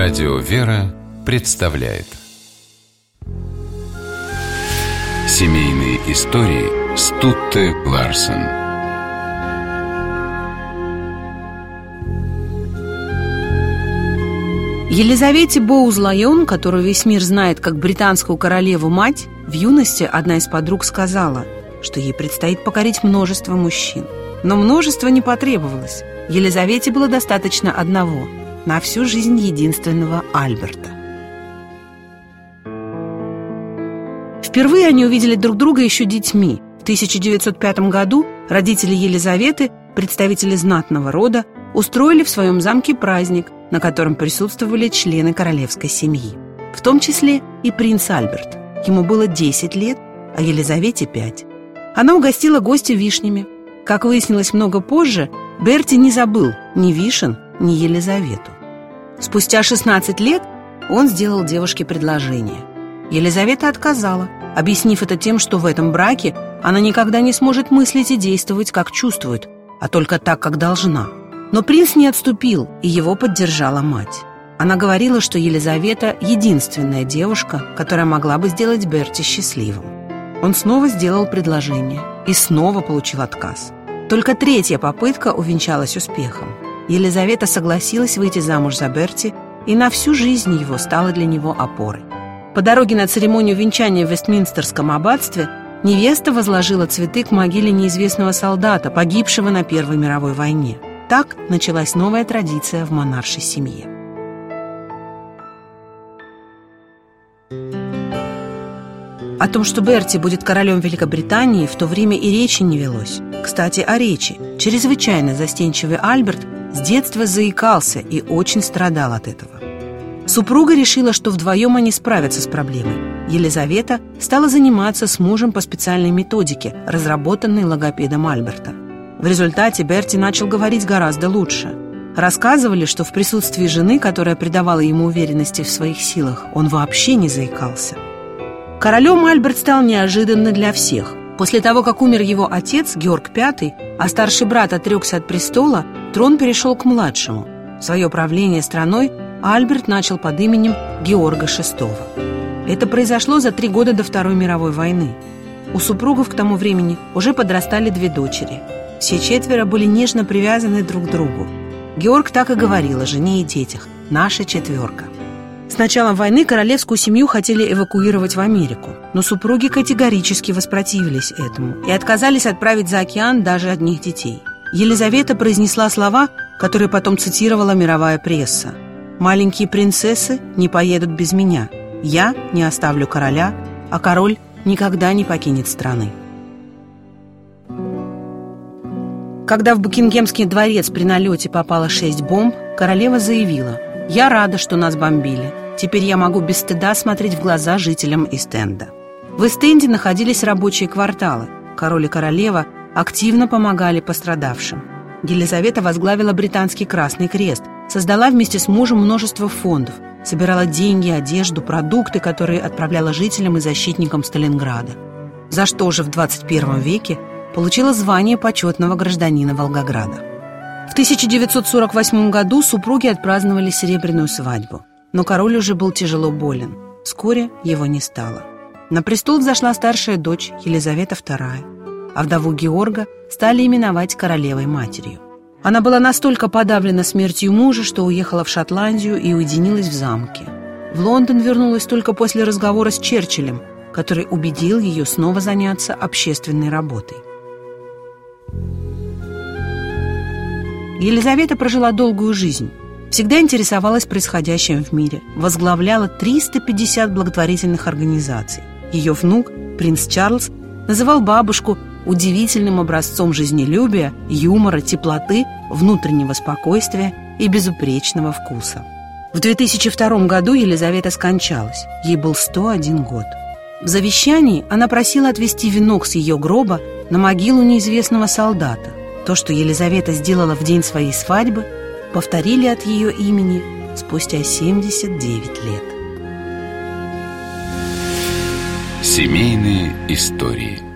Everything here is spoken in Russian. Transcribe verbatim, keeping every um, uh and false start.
Радио «Вера» представляет Семейные истории Стутте Ларсен. Елизавете Боуз-Лайон, которую весь мир знает как британскую королеву-мать, в юности одна из подруг сказала, что ей предстоит покорить множество мужчин. Но множество не потребовалось. Елизавете было достаточно одного – на всю жизнь единственного Альберта. Впервые они увидели друг друга еще детьми. В тысяча девятьсот пятом году родители Елизаветы, представители знатного рода, устроили в своем замке праздник, на котором присутствовали члены королевской семьи, в том числе и принц Альберт. Ему было десять лет, а Елизавете пять. Она угостила гостя вишнями. Как выяснилось много позже, Берти не забыл ни вишен, ни Елизавету. Спустя шестнадцать лет он сделал девушке предложение. Елизавета отказала, объяснив это тем, что в этом браке она никогда не сможет мыслить и действовать, как чувствует, а только так, как должна. Но принц не отступил, и его поддержала мать. Она говорила, что Елизавета – единственная девушка, которая могла бы сделать Берти счастливым. Он снова сделал предложение и снова получил отказ. Только третья попытка увенчалась успехом. Елизавета согласилась выйти замуж за Берти, и на всю жизнь его стала для него опорой. По дороге на церемонию венчания в Вестминстерском аббатстве невеста возложила цветы к могиле неизвестного солдата, погибшего на Первой мировой войне. Так началась новая традиция в монаршей семье. О том, что Берти будет королем Великобритании, в то время и речи не велось. Кстати, о речи. Чрезвычайно застенчивый Альберт с детства заикался и очень страдал от этого. Супруга решила, что вдвоем они справятся с проблемой. Елизавета стала заниматься с мужем по специальной методике, разработанной логопедом Альберта. В результате Берти начал говорить гораздо лучше. Рассказывали, что в присутствии жены, которая придавала ему уверенности в своих силах, он вообще не заикался. Королем Альберт стал неожиданно для всех. После того, как умер его отец, Георг Пятый, а старший брат отрекся от престола, трон перешел к младшему. Свое правление страной Альберт начал под именем Георга шестого. Это произошло за три года до Второй мировой войны. У супругов к тому времени уже подрастали две дочери. Все четверо были нежно привязаны друг к другу. Георг так и говорил о жене и детях: «Наша четверка». С началом войны королевскую семью хотели эвакуировать в Америку, но супруги категорически воспротивились этому и отказались отправить за океан даже одних детей. Елизавета произнесла слова, которые потом цитировала мировая пресса: «Маленькие принцессы не поедут без меня. Я не оставлю короля, а король никогда не покинет страны». Когда в Букингемский дворец при налете попало шесть бомб, королева заявила: «Я рада, что нас бомбили. Теперь я могу без стыда смотреть в глаза жителям Ист-Энда». В Ист-Энде находились рабочие кварталы. Король и королева активно помогали пострадавшим. Елизавета возглавила британский Красный Крест, создала вместе с мужем множество фондов, собирала деньги, одежду, продукты, которые отправляла жителям и защитникам Сталинграда. За что же в двадцать первом веке получила звание почетного гражданина Волгограда. В тысяча девятьсот сорок восьмом году супруги отпраздновали серебряную свадьбу, но король уже был тяжело болен. Вскоре его не стало. На престол взошла старшая дочь Елизавета вторая, а вдову Георга стали именовать королевой-матерью. Она была настолько подавлена смертью мужа, что уехала в Шотландию и уединилась в замке. В Лондон вернулась только после разговора с Черчиллем, который убедил ее снова заняться общественной работой. Елизавета прожила долгую жизнь, всегда интересовалась происходящим в мире, возглавляла триста пятьдесят благотворительных организаций. Ее внук, принц Чарльз, называл бабушку удивительным образцом жизнелюбия, юмора, теплоты, внутреннего спокойствия и безупречного вкуса. В две тысячи втором году Елизавета скончалась, ей был сто один год. В завещании она просила отвезти венок с ее гроба на могилу неизвестного солдата. То, что Елизавета сделала в день своей свадьбы, повторили от ее имени спустя семьдесят девять лет. Семейные истории.